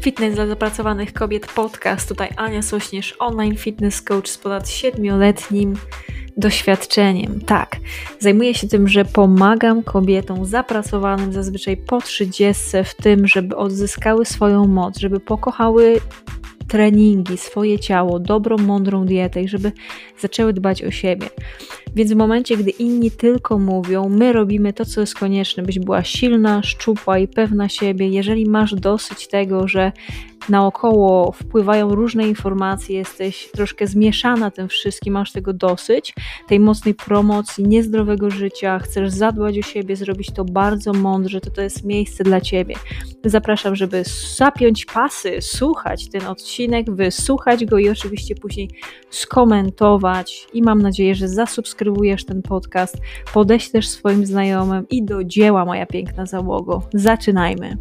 Fitness dla zapracowanych kobiet podcast. Tutaj Ania Sośnierz, online fitness coach z ponad 7-letnim doświadczeniem. Tak, zajmuję się tym, że pomagam kobietom zapracowanym zazwyczaj po 30 w tym, żeby odzyskały swoją moc, żeby pokochały treningi, swoje ciało, dobrą, mądrą dietę i żeby zaczęły dbać o siebie. Więc w momencie, gdy inni tylko mówią, my robimy to, co jest konieczne, byś była silna, szczupła i pewna siebie. Jeżeli masz dosyć tego, że naokoło wpływają różne informacje, jesteś troszkę zmieszana tym wszystkim, masz tego dosyć, tej mocnej promocji, niezdrowego życia, chcesz zadbać o siebie, zrobić to bardzo mądrze, to jest miejsce dla Ciebie. Zapraszam, żeby zapiąć pasy, słuchać ten odcinek, wysłuchać go i oczywiście później skomentować i mam nadzieję, że zasubskrybujesz ten podcast, podeślesz swoim znajomym i do dzieła, moja piękna załogo. Zaczynajmy.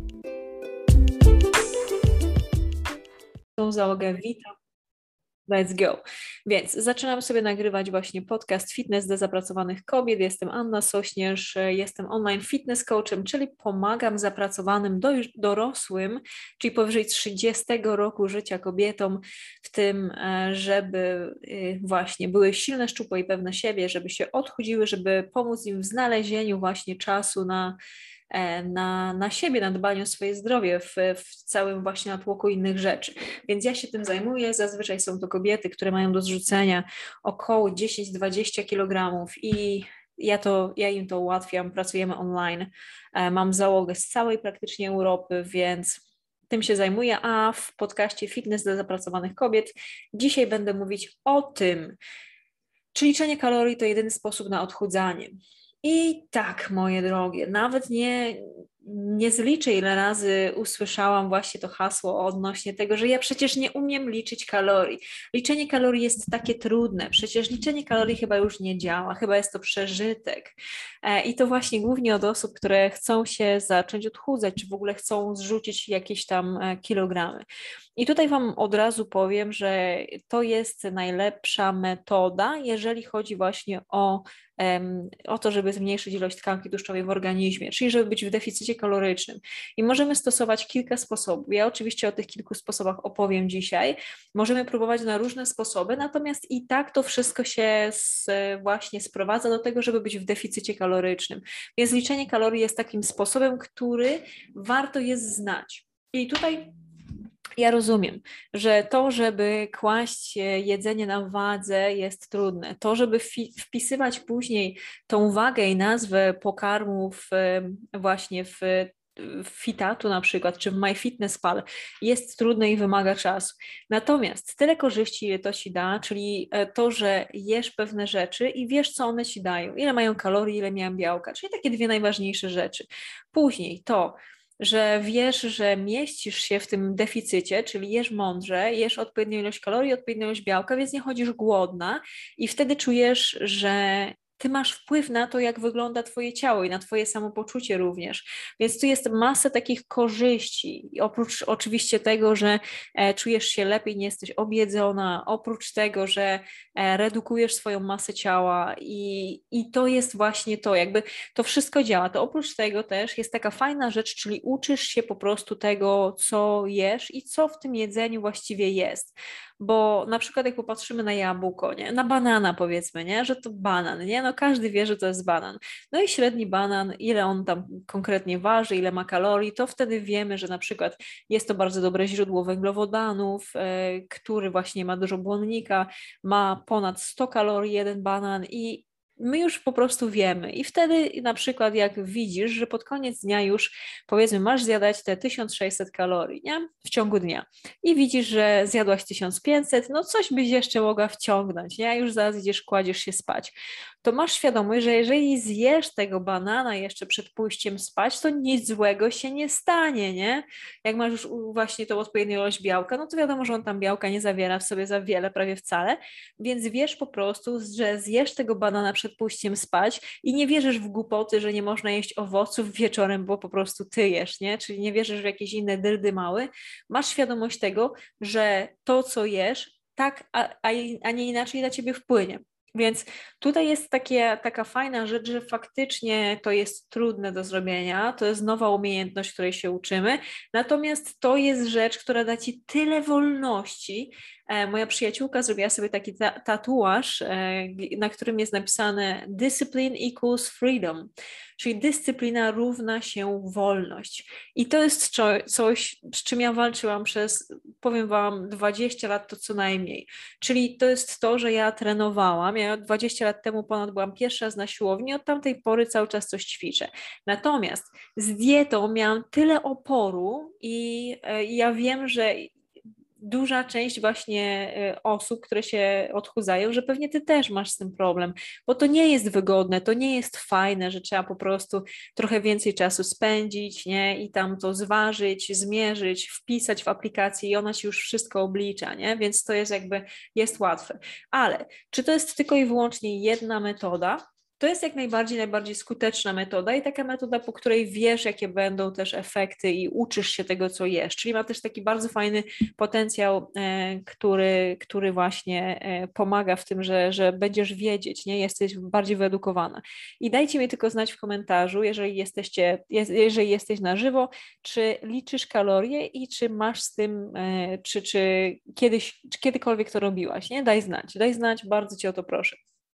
Załogę, witam. Let's go. Więc zaczynam sobie nagrywać właśnie podcast Fitness dla zapracowanych kobiet. Jestem Anna Sośnierz, jestem online fitness coachem, czyli pomagam zapracowanym dorosłym, czyli powyżej 30 roku życia kobietom w tym, żeby właśnie były silne, szczupłe i pewne siebie, żeby się odchudziły, żeby pomóc im w znalezieniu właśnie czasu na siebie, na dbaniu o swoje zdrowie w całym właśnie natłoku innych rzeczy. Więc ja się tym zajmuję. Zazwyczaj są to kobiety, które mają do zrzucenia około 10-20 kg i ja im to ułatwiam. Pracujemy online. Mam załogę z całej praktycznie Europy, więc tym się zajmuję, a w podcaście Fitness dla zapracowanych kobiet dzisiaj będę mówić o tym, czy liczenie kalorii to jedyny sposób na odchudzanie. I tak, moje drogie, nawet nie zliczę, ile razy usłyszałam właśnie to hasło odnośnie tego, że ja przecież nie umiem liczyć kalorii. Liczenie kalorii jest takie trudne, przecież liczenie kalorii chyba już nie działa, chyba jest to przeżytek. I to właśnie głównie od osób, które chcą się zacząć odchudzać, czy w ogóle chcą zrzucić jakieś tam kilogramy. I tutaj Wam od razu powiem, że to jest najlepsza metoda, jeżeli chodzi właśnie o to, żeby zmniejszyć ilość tkanki tłuszczowej w organizmie, czyli żeby być w deficycie kalorycznym. I możemy stosować kilka sposobów. Ja oczywiście o tych kilku sposobach opowiem dzisiaj. Możemy próbować na różne sposoby, natomiast i tak to wszystko się właśnie sprowadza do tego, żeby być w deficycie kalorycznym. Więc liczenie kalorii jest takim sposobem, który warto jest znać. I tutaj ja rozumiem, że to, żeby kłaść jedzenie na wadze jest trudne. To, żeby wpisywać później tą wagę i nazwę pokarmów właśnie w Fitatu na przykład, czy w MyFitnessPal jest trudne i wymaga czasu. Natomiast tyle korzyści, ile to Ci da, czyli to, że jesz pewne rzeczy i wiesz, co one Ci dają, ile mają kalorii, ile mają białka, czyli takie dwie najważniejsze rzeczy. Później to, że wiesz, że mieścisz się w tym deficycie, czyli jesz mądrze, jesz odpowiednią ilość kalorii, odpowiednią ilość białka, więc nie chodzisz głodna i wtedy czujesz, że Ty masz wpływ na to, jak wygląda Twoje ciało i na Twoje samopoczucie również. Więc tu jest masę takich korzyści. I oprócz oczywiście tego, że czujesz się lepiej, nie jesteś objedzona, oprócz tego, że redukujesz swoją masę ciała i to jest właśnie to, jakby to wszystko działa. To oprócz tego też jest taka fajna rzecz, czyli uczysz się po prostu tego, co jesz i co w tym jedzeniu właściwie jest. Bo na przykład jak popatrzymy na jabłko, nie? Na banana powiedzmy, nie? Że to banan, nie? No każdy wie, że to jest banan. No i średni banan, ile on tam konkretnie waży, ile ma kalorii, to wtedy wiemy, że na przykład jest to bardzo dobre źródło węglowodanów, który właśnie ma dużo błonnika, ma ponad 100 kalorii jeden banan i my już po prostu wiemy i wtedy na przykład jak widzisz, że pod koniec dnia już powiedzmy masz zjadać te 1600 kalorii, nie? W ciągu dnia i widzisz, że zjadłaś 1500, no coś byś jeszcze mogła wciągnąć, nie? A już zaraz idziesz, kładziesz się spać. To masz świadomość, że jeżeli zjesz tego banana jeszcze przed pójściem spać, to nic złego się nie stanie, nie? Jak masz już właśnie tą odpowiednią ilość białka, no to wiadomo, że on tam białka nie zawiera w sobie za wiele, prawie wcale, więc wiesz po prostu, że zjesz tego banana przed pójściem spać i nie wierzysz w głupoty, że nie można jeść owoców wieczorem, bo po prostu ty jesz, nie? Czyli nie wierzysz w jakieś inne dyrdy mały. Masz świadomość tego, że to, co jesz, tak, a nie inaczej na ciebie wpłynie. Więc tutaj jest taka fajna rzecz, że faktycznie to jest trudne do zrobienia, to jest nowa umiejętność, której się uczymy, natomiast to jest rzecz, która da ci tyle wolności. Moja przyjaciółka zrobiła sobie taki tatuaż, na którym jest napisane Discipline equals freedom, czyli dyscyplina równa się wolność. I to jest coś, z czym ja walczyłam przez, powiem wam, 20 lat to co najmniej. Czyli to jest to, że ja trenowałam. Ja 20 lat temu ponad byłam pierwszy raz na siłowni, od tamtej pory cały czas coś ćwiczę. Natomiast z dietą miałam tyle oporu i ja wiem, że duża część właśnie osób, które się odchudzają, że pewnie ty też masz z tym problem, bo to nie jest wygodne, to nie jest fajne, że trzeba po prostu trochę więcej czasu spędzić, nie? I tam to zważyć, zmierzyć, wpisać w aplikację i ona ci już wszystko oblicza, nie? Więc to jest jest łatwe. Ale czy to jest tylko i wyłącznie jedna metoda? To jest jak najbardziej skuteczna metoda i taka metoda, po której wiesz, jakie będą też efekty i uczysz się tego, co jesz. Czyli ma też taki bardzo fajny potencjał, który właśnie pomaga w tym, że będziesz wiedzieć, nie? Jesteś bardziej wyedukowana. I dajcie mi tylko znać w komentarzu, jeżeli jesteś na żywo, czy liczysz kalorie i czy masz z tym, czy kiedykolwiek to robiłaś, nie? Daj znać, bardzo cię o to proszę.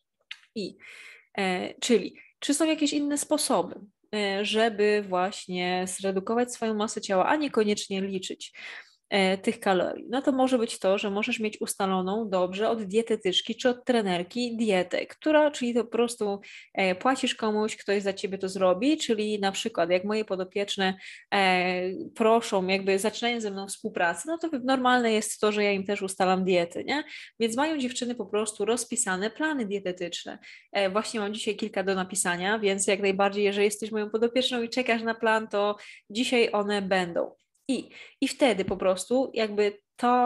Czyli czy są jakieś inne sposoby, żeby właśnie zredukować swoją masę ciała, a niekoniecznie liczyć tych kalorii? No to może być to, że możesz mieć ustaloną dobrze od dietetyczki czy od trenerki dietę, czyli to po prostu płacisz komuś, ktoś za ciebie to zrobi, czyli na przykład jak moje podopieczne proszą, jakby zaczynają ze mną współpracę, no to normalne jest to, że ja im też ustalam diety, nie? Więc mają dziewczyny po prostu rozpisane plany dietetyczne. Właśnie mam dzisiaj kilka do napisania, więc jak najbardziej, jeżeli jesteś moją podopieczną i czekasz na plan, to dzisiaj one będą. I wtedy po prostu jakby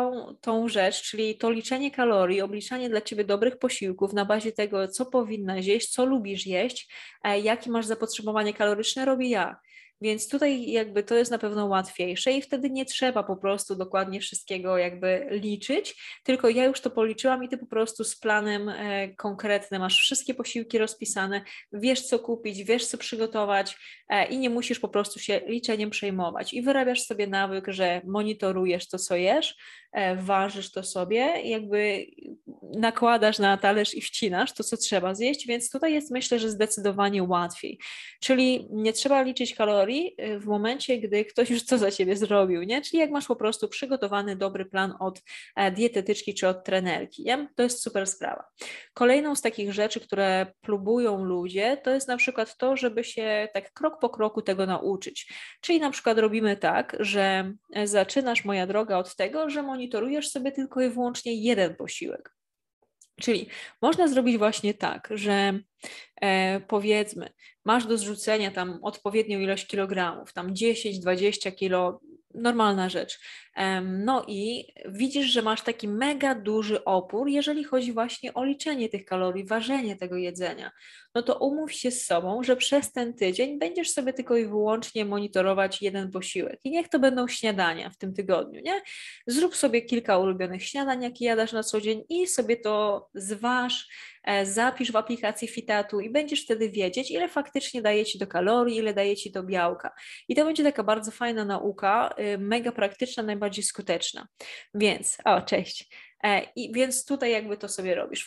tą rzecz, czyli to liczenie kalorii, obliczanie dla ciebie dobrych posiłków na bazie tego, co powinnaś jeść, co lubisz jeść, jakie masz zapotrzebowanie kaloryczne, robię ja. Więc tutaj jakby to jest na pewno łatwiejsze i wtedy nie trzeba po prostu dokładnie wszystkiego jakby liczyć, tylko ja już to policzyłam i ty po prostu z planem konkretnym masz wszystkie posiłki rozpisane, wiesz co kupić, wiesz co przygotować i nie musisz po prostu się liczeniem przejmować i wyrabiasz sobie nawyk, że monitorujesz to, co jesz, ważysz to sobie, jakby nakładasz na talerz i wcinasz to, co trzeba zjeść, więc tutaj jest myślę, że zdecydowanie łatwiej. Czyli nie trzeba liczyć kalorii w momencie, gdy ktoś już to za ciebie zrobił, nie? Czyli jak masz po prostu przygotowany dobry plan od dietetyczki czy od trenerki, nie? To jest super sprawa. Kolejną z takich rzeczy, które próbują ludzie, to jest na przykład to, żeby się tak krok po kroku tego nauczyć. Czyli na przykład robimy tak, że zaczynasz, moja droga, od tego, że monitorujesz sobie tylko i wyłącznie jeden posiłek. Czyli można zrobić właśnie tak, że powiedzmy, masz do zrzucenia tam odpowiednią ilość kilogramów, tam 10-20 kilo, normalna rzecz. No i widzisz, że masz taki mega duży opór, jeżeli chodzi właśnie o liczenie tych kalorii, ważenie tego jedzenia. No to umów się z sobą, że przez ten tydzień będziesz sobie tylko i wyłącznie monitorować jeden posiłek. I niech to będą śniadania w tym tygodniu, nie? Zrób sobie kilka ulubionych śniadań, jakie jadasz na co dzień i sobie to zważ, zapisz w aplikacji Fitatu i będziesz wtedy wiedzieć, ile faktycznie daje ci do kalorii, ile daje ci do białka. I to będzie taka bardzo fajna nauka, mega praktyczna, najbardziej skuteczna. Więc, cześć. I więc tutaj jakby to sobie robisz.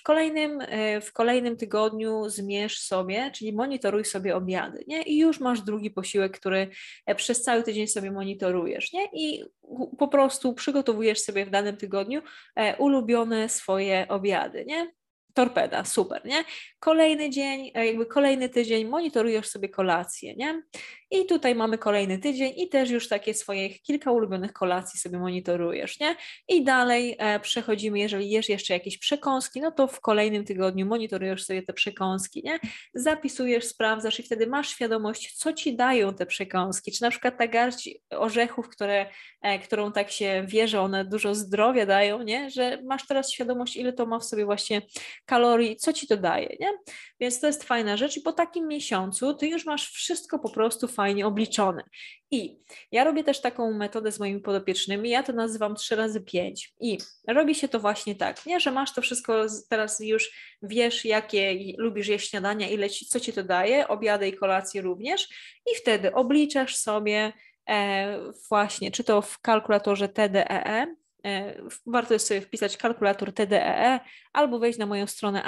W kolejnym tygodniu zmierz sobie, czyli monitoruj sobie obiady, nie? I już masz drugi posiłek, który przez cały tydzień sobie monitorujesz, nie? I po prostu przygotowujesz sobie w danym tygodniu ulubione swoje obiady, nie? Torpeda, super, nie? Kolejny dzień, jakby kolejny tydzień monitorujesz sobie kolację, nie? I tutaj mamy kolejny tydzień i też już takie swoje kilka ulubionych kolacji sobie monitorujesz, nie? I dalej przechodzimy, jeżeli jesz jeszcze jakieś przekąski, no to w kolejnym tygodniu monitorujesz sobie te przekąski, nie? Zapisujesz, sprawdzasz i wtedy masz świadomość, co ci dają te przekąski, czy na przykład ta garść orzechów, którą tak się wie, że one dużo zdrowia dają, nie? Że masz teraz świadomość, ile to ma w sobie właśnie kalorii, co ci to daje, nie? Więc to jest fajna rzecz i po takim miesiącu ty już masz wszystko po prostu fajnie obliczone. I ja robię też taką metodę z moimi podopiecznymi, ja to nazywam 3x5 i robi się to właśnie tak, nie, że masz to wszystko, teraz już wiesz, jakie lubisz jeść śniadania, co ci to daje, obiady i kolacje również i wtedy obliczasz sobie właśnie, czy to w kalkulatorze TDEE, warto jest sobie wpisać kalkulator TDEE albo wejść na moją stronę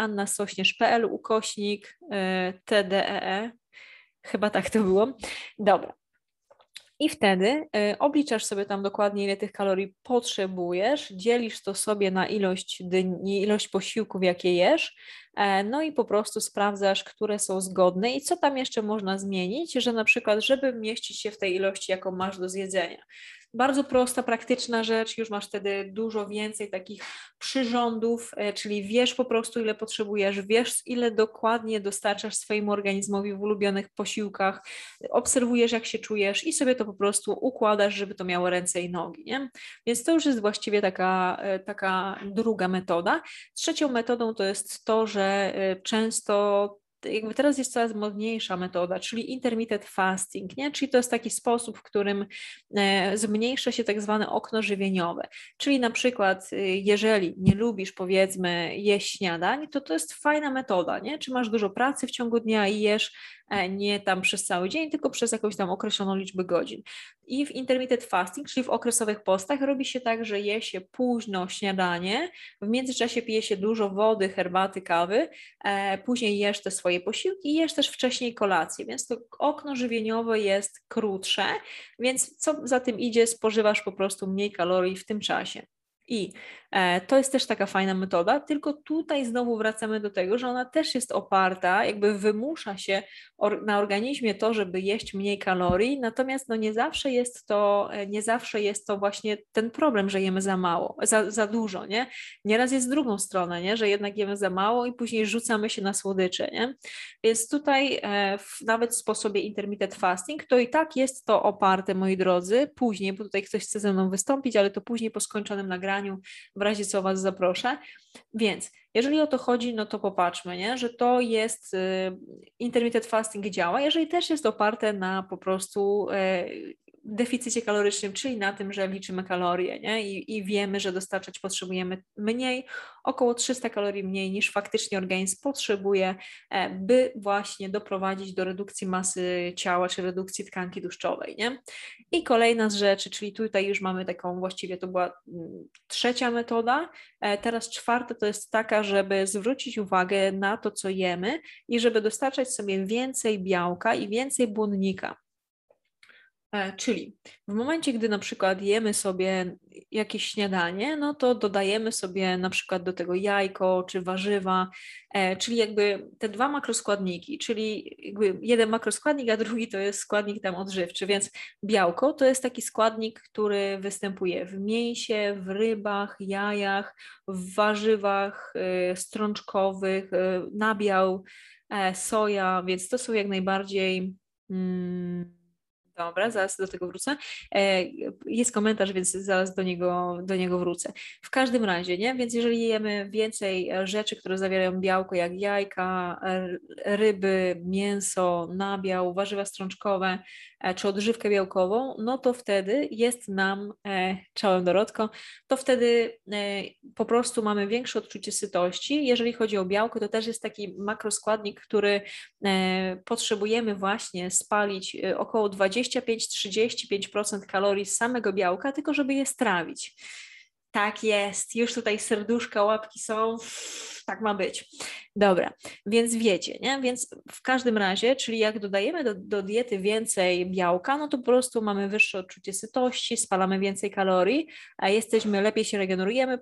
annasośnierz.pl /TDEE, chyba tak to było. Dobra. I wtedy obliczasz sobie tam dokładnie, ile tych kalorii potrzebujesz, dzielisz to sobie na ilość posiłków, jakie jesz, no i po prostu sprawdzasz, które są zgodne i co tam jeszcze można zmienić, że na przykład, żeby mieścić się w tej ilości, jaką masz do zjedzenia. Bardzo prosta, praktyczna rzecz, już masz wtedy dużo więcej takich przyrządów, czyli wiesz po prostu, ile potrzebujesz, wiesz, ile dokładnie dostarczasz swojemu organizmowi w ulubionych posiłkach, obserwujesz, jak się czujesz i sobie to po prostu układasz, żeby to miało ręce i nogi, nie? Więc to już jest właściwie taka druga metoda. Trzecią metodą to jest to, że często jakby teraz jest coraz modniejsza metoda, czyli intermittent fasting, nie? Czyli to jest taki sposób, w którym zmniejsza się tak zwane okno żywieniowe, czyli na przykład jeżeli nie lubisz powiedzmy jeść śniadań, to jest fajna metoda, nie? Czy masz dużo pracy w ciągu dnia i jesz nie tam przez cały dzień, tylko przez jakąś tam określoną liczbę godzin. I w intermittent fasting, czyli w okresowych postach robi się tak, że je się późno śniadanie, w międzyczasie pije się dużo wody, herbaty, kawy, później jesz te swoje posiłki i jesz też wcześniej kolację, więc to okno żywieniowe jest krótsze, więc co za tym idzie, spożywasz po prostu mniej kalorii w tym czasie. I to jest też taka fajna metoda, tylko tutaj znowu wracamy do tego, że ona też jest oparta, jakby wymusza się na organizmie to, żeby jeść mniej kalorii, natomiast no nie zawsze jest to właśnie ten problem, że jemy za mało, za dużo, nie? Nieraz jest drugą stronę, nie? Że jednak jemy za mało i później rzucamy się na słodycze, nie? Więc tutaj nawet w sposobie intermittent fasting to i tak jest to oparte, moi drodzy, później, bo tutaj ktoś chce ze mną wystąpić, ale to później po skończonym nagraniu, w razie co Was zaproszę. Więc jeżeli o to chodzi, no to popatrzmy, nie? Że to jest intermittent fasting działa, jeżeli też jest oparte na po prostu deficycie kalorycznym, czyli na tym, że liczymy kalorie, nie? I wiemy, że dostarczać potrzebujemy mniej, około 300 kalorii mniej niż faktycznie organizm potrzebuje, by właśnie doprowadzić do redukcji masy ciała, czy redukcji tkanki tłuszczowej, nie? I kolejna z rzeczy, czyli tutaj już mamy taką, właściwie to była trzecia metoda, teraz czwarta to jest taka, żeby zwrócić uwagę na to, co jemy i żeby dostarczać sobie więcej białka i więcej błonnika. Czyli w momencie, gdy na przykład jemy sobie jakieś śniadanie, no to dodajemy sobie na przykład do tego jajko czy warzywa, czyli jakby te dwa makroskładniki, czyli jakby jeden makroskładnik, a drugi to jest składnik tam odżywczy, więc białko to jest taki składnik, który występuje w mięsie, w rybach, jajach, w warzywach strączkowych, nabiał, soja, więc to są jak najbardziej... Dobra, zaraz do tego wrócę. Jest komentarz, więc zaraz do niego wrócę. W każdym razie, nie? Więc jeżeli jemy więcej rzeczy, które zawierają białko, jak jajka, ryby, mięso, nabiał, warzywa strączkowe czy odżywkę białkową, no to wtedy jest nam, czołem Dorotko, to wtedy po prostu mamy większe odczucie sytości. Jeżeli chodzi o białko, to też jest taki makroskładnik, który potrzebujemy właśnie spalić około 25-35% kalorii z samego białka, tylko żeby je strawić. Tak jest, już tutaj serduszka, łapki są, tak ma być. Dobra, więc wiecie, nie? Więc w każdym razie, czyli jak dodajemy do diety więcej białka, no to po prostu mamy wyższe odczucie sytości, spalamy więcej kalorii, a lepiej się regenerujemy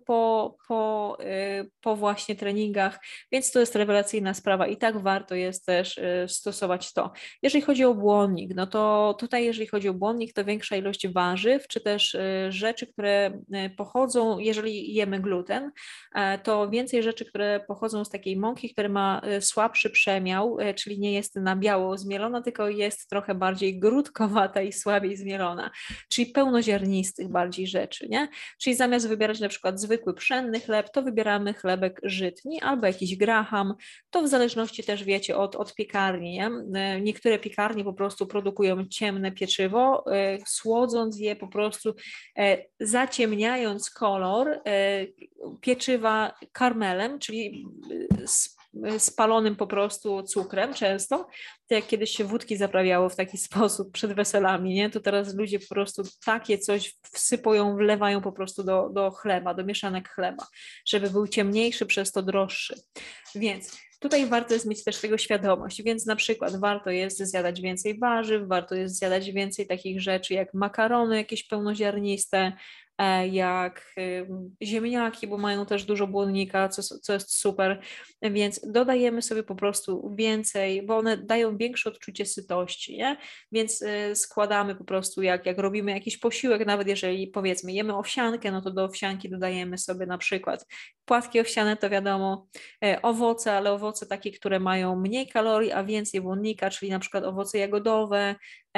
po właśnie treningach, więc to jest rewelacyjna sprawa i tak warto jest też stosować to. Jeżeli chodzi o błonnik, no to tutaj jeżeli chodzi o błonnik, to większa ilość warzyw, czy też rzeczy, które pochodzą, jeżeli jemy gluten, to więcej rzeczy, które że pochodzą z takiej mąki, która ma słabszy przemiał, czyli nie jest na biało zmielona, tylko jest trochę bardziej grudkowata i słabiej zmielona, czyli pełnoziarnistych bardziej rzeczy, nie? Czyli zamiast wybierać na przykład zwykły pszenny chleb, to wybieramy chlebek żytni albo jakiś graham, to w zależności też wiecie od piekarni, nie? Niektóre piekarnie po prostu produkują ciemne pieczywo, słodząc je po prostu, zaciemniając kolor pieczywa karmelem, czyli spalonym po prostu cukrem często, to jak kiedyś się wódki zaprawiało w taki sposób przed weselami, nie? To teraz ludzie po prostu takie coś wsypują, wlewają po prostu do chleba, do mieszanek chleba, żeby był ciemniejszy, przez to droższy. Więc tutaj warto jest mieć też tego świadomość, więc na przykład warto jest zjadać więcej warzyw, warto jest zjadać więcej takich rzeczy jak makarony jakieś pełnoziarniste, jak ziemniaki, bo mają też dużo błonnika, co jest super, więc dodajemy sobie po prostu więcej, bo one dają większe odczucie sytości, nie? Więc składamy po prostu, jak robimy jakiś posiłek, nawet jeżeli powiedzmy jemy owsiankę, no to do owsianki dodajemy sobie na przykład płatki owsiane, to wiadomo, owoce, ale owoce takie, które mają mniej kalorii, a więcej błonnika, czyli na przykład owoce jagodowe,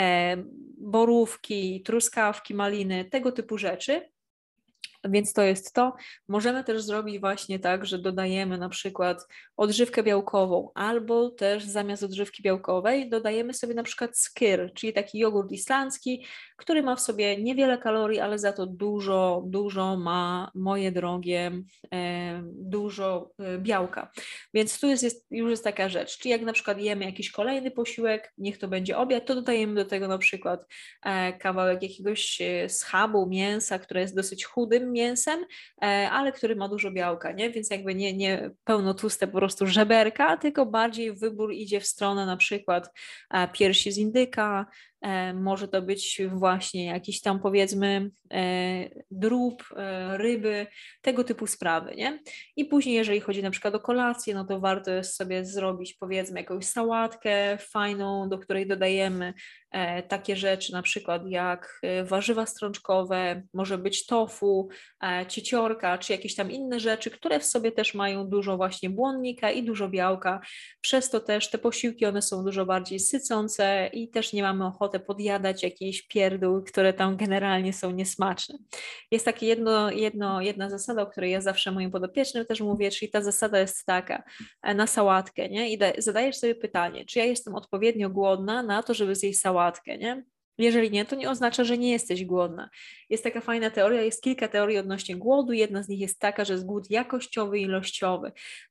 borówki, truskawki, maliny, tego typu rzeczy. Więc to jest to. Możemy też zrobić właśnie tak, że dodajemy na przykład odżywkę białkową, albo też zamiast odżywki białkowej dodajemy sobie na przykład skyr, czyli taki jogurt islandzki, który ma w sobie niewiele kalorii, ale za to dużo ma, moje drogie, dużo białka. Więc tu już jest taka rzecz, czyli jak na przykład jemy jakiś kolejny posiłek, niech to będzie obiad, to dodajemy do tego na przykład kawałek jakiegoś schabu, mięsa, które jest dosyć chudym mięsem, ale który ma dużo białka, nie? Więc jakby nie pełno tłuste po prostu żeberka, tylko bardziej wybór idzie w stronę na przykład piersi z indyka, może to być właśnie jakiś tam powiedzmy drób, ryby, tego typu sprawy, nie? I później jeżeli chodzi na przykład o kolację, no to warto jest sobie zrobić powiedzmy jakąś sałatkę fajną, do której dodajemy takie rzeczy na przykład jak warzywa strączkowe, może być tofu, cieciorka, czy jakieś tam inne rzeczy, które w sobie też mają dużo właśnie błonnika i dużo białka, przez to też te posiłki one są dużo bardziej sycące i też nie mamy ochoty podjadać jakichś pierdół, które tam generalnie są niesmaczne. Jest takie jedna zasada, o której ja zawsze moim podopiecznym też mówię, czyli ta zasada jest taka, na sałatkę, nie? I zadajesz sobie pytanie, czy ja jestem odpowiednio głodna na to, żeby zjeść sałatkę, nie? Jeżeli nie, to nie oznacza, że nie jesteś głodna. Jest taka fajna teoria, jest kilka teorii odnośnie głodu. Jedna z nich jest taka, że jest głód jakościowy i ilościowy,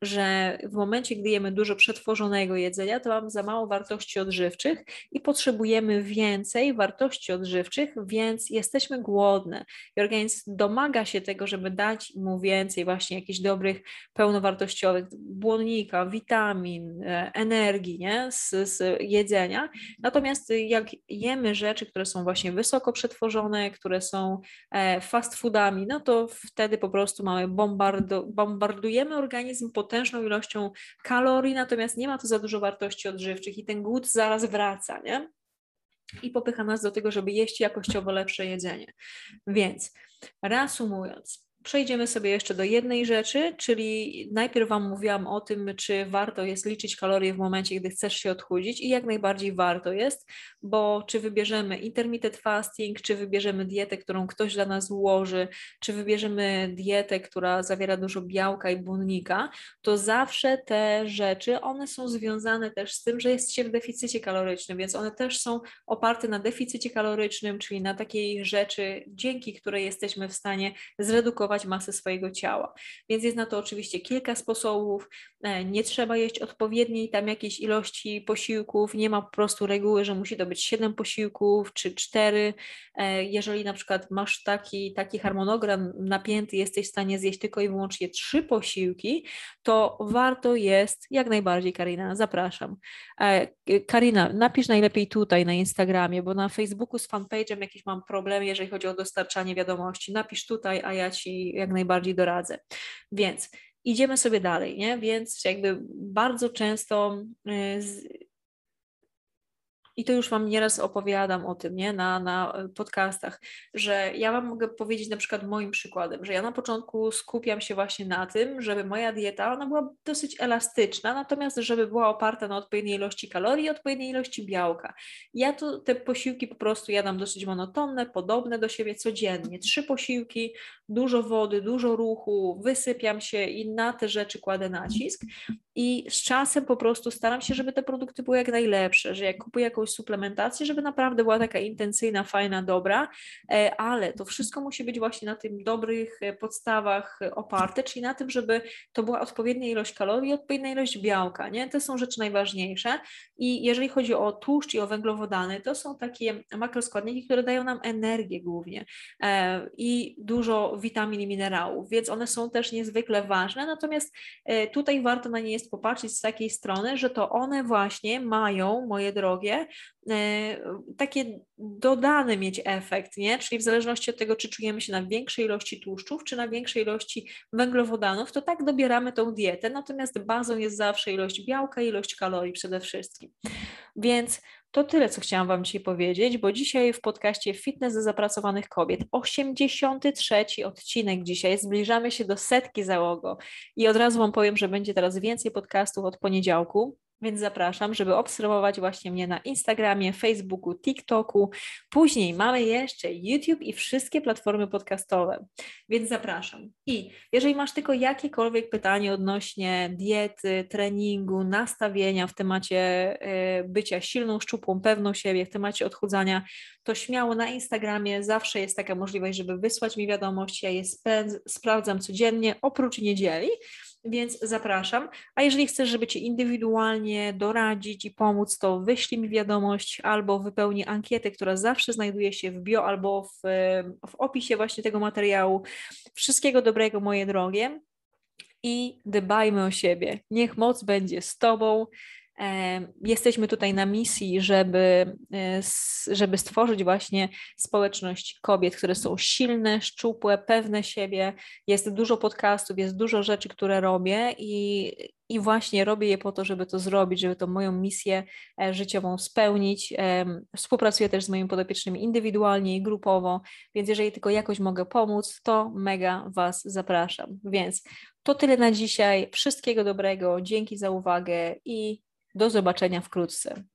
że w momencie, gdy jemy dużo przetworzonego jedzenia, to mamy za mało wartości odżywczych i potrzebujemy więcej wartości odżywczych, więc jesteśmy głodne. I organizm domaga się tego, żeby dać mu więcej właśnie jakichś dobrych, pełnowartościowych błonnika, witamin, energii, nie? Z jedzenia. Natomiast jak jemy rzeczy, które są właśnie wysoko przetworzone, które są fast foodami, no to wtedy po prostu mamy bombardujemy organizm potężną ilością kalorii, natomiast nie ma tu za dużo wartości odżywczych i ten głód zaraz wraca, nie? I popycha nas do tego, żeby jeść jakościowo lepsze jedzenie. Więc reasumując, przejdziemy sobie jeszcze do jednej rzeczy, czyli najpierw Wam mówiłam o tym, czy warto jest liczyć kalorie w momencie, gdy chcesz się odchudzić i jak najbardziej warto jest, bo czy wybierzemy intermittent fasting, czy wybierzemy dietę, którą ktoś dla nas ułoży, czy wybierzemy dietę, która zawiera dużo białka i błonnika, to zawsze te rzeczy, one są związane też z tym, że jest się w deficycie kalorycznym, więc one też są oparte na deficycie kalorycznym, czyli na takiej rzeczy, dzięki której jesteśmy w stanie zredukować masę swojego ciała. Więc jest na to oczywiście kilka sposobów. Nie trzeba jeść odpowiedniej tam jakiejś ilości posiłków, nie ma po prostu reguły, że musi to być 7 posiłków czy 4. Jeżeli na przykład masz taki harmonogram napięty, jesteś w stanie zjeść tylko i wyłącznie 3 posiłki, to warto jest, jak najbardziej Karina, zapraszam. Karina, napisz najlepiej tutaj na Instagramie, bo na Facebooku z fanpage'em jakiś mam problem, jeżeli chodzi o dostarczanie wiadomości. Napisz tutaj, a ja Ci jak najbardziej doradzę. Więc idziemy sobie dalej, nie? Więc jakby bardzo często I to już Wam nieraz opowiadam o tym, nie? Na podcastach, że ja Wam mogę powiedzieć na przykład moim przykładem, że ja na początku skupiam się właśnie na tym, żeby moja dieta, ona była dosyć elastyczna, natomiast żeby była oparta na odpowiedniej ilości kalorii i odpowiedniej ilości białka. Ja tu te posiłki po prostu jadam dosyć monotonne, podobne do siebie codziennie. 3 posiłki, dużo wody, dużo ruchu, wysypiam się i na te rzeczy kładę nacisk. I z czasem po prostu staram się, żeby te produkty były jak najlepsze, że jak kupuję jakąś suplementację, żeby naprawdę była taka intencyjna, fajna, dobra, ale to wszystko musi być właśnie na tym dobrych podstawach oparte, czyli na tym, żeby to była odpowiednia ilość kalorii i odpowiednia ilość białka, nie? To są rzeczy najważniejsze i jeżeli chodzi o tłuszcz i o węglowodany, to są takie makroskładniki, które dają nam energię głównie i dużo witamin i minerałów, więc one są też niezwykle ważne, natomiast tutaj warto na nie jest popatrzeć z takiej strony, że to one właśnie mają, moje drogie, takie dodany mieć efekt, nie? Czyli w zależności od tego, czy czujemy się na większej ilości tłuszczów, czy na większej ilości węglowodanów, to tak dobieramy tą dietę, natomiast bazą jest zawsze ilość białka i ilość kalorii przede wszystkim. Więc to tyle, co chciałam Wam dzisiaj powiedzieć, bo dzisiaj w podcaście Fitness dla zapracowanych kobiet 83. odcinek dzisiaj. Zbliżamy się do 100 załogo i od razu Wam powiem, że będzie teraz więcej podcastów od poniedziałku. Więc zapraszam, żeby obserwować właśnie mnie na Instagramie, Facebooku, TikToku. Później mamy jeszcze YouTube i wszystkie platformy podcastowe, więc zapraszam. I jeżeli masz tylko jakiekolwiek pytanie odnośnie diety, treningu, nastawienia w temacie bycia silną, szczupłą, pewną siebie, w temacie odchudzania, to śmiało na Instagramie zawsze jest taka możliwość, żeby wysłać mi wiadomość. Ja je sprawdzam codziennie, oprócz niedzieli. Więc zapraszam. A jeżeli chcesz, żeby Ci indywidualnie doradzić i pomóc, to wyślij mi wiadomość albo wypełnij ankietę, która zawsze znajduje się w bio albo w opisie właśnie tego materiału. Wszystkiego dobrego, moje drogie. I dbajmy o siebie. Niech moc będzie z Tobą. Jesteśmy tutaj na misji, żeby stworzyć właśnie społeczność kobiet, które są silne, szczupłe, pewne siebie. Jest dużo podcastów, jest dużo rzeczy, które robię i właśnie robię je po to, żeby to zrobić, żeby tą moją misję życiową spełnić. Współpracuję też z moimi podopiecznymi indywidualnie i grupowo, więc jeżeli tylko jakoś mogę pomóc, to mega Was zapraszam. Więc to tyle na dzisiaj. Wszystkiego dobrego, dzięki za uwagę i do zobaczenia wkrótce.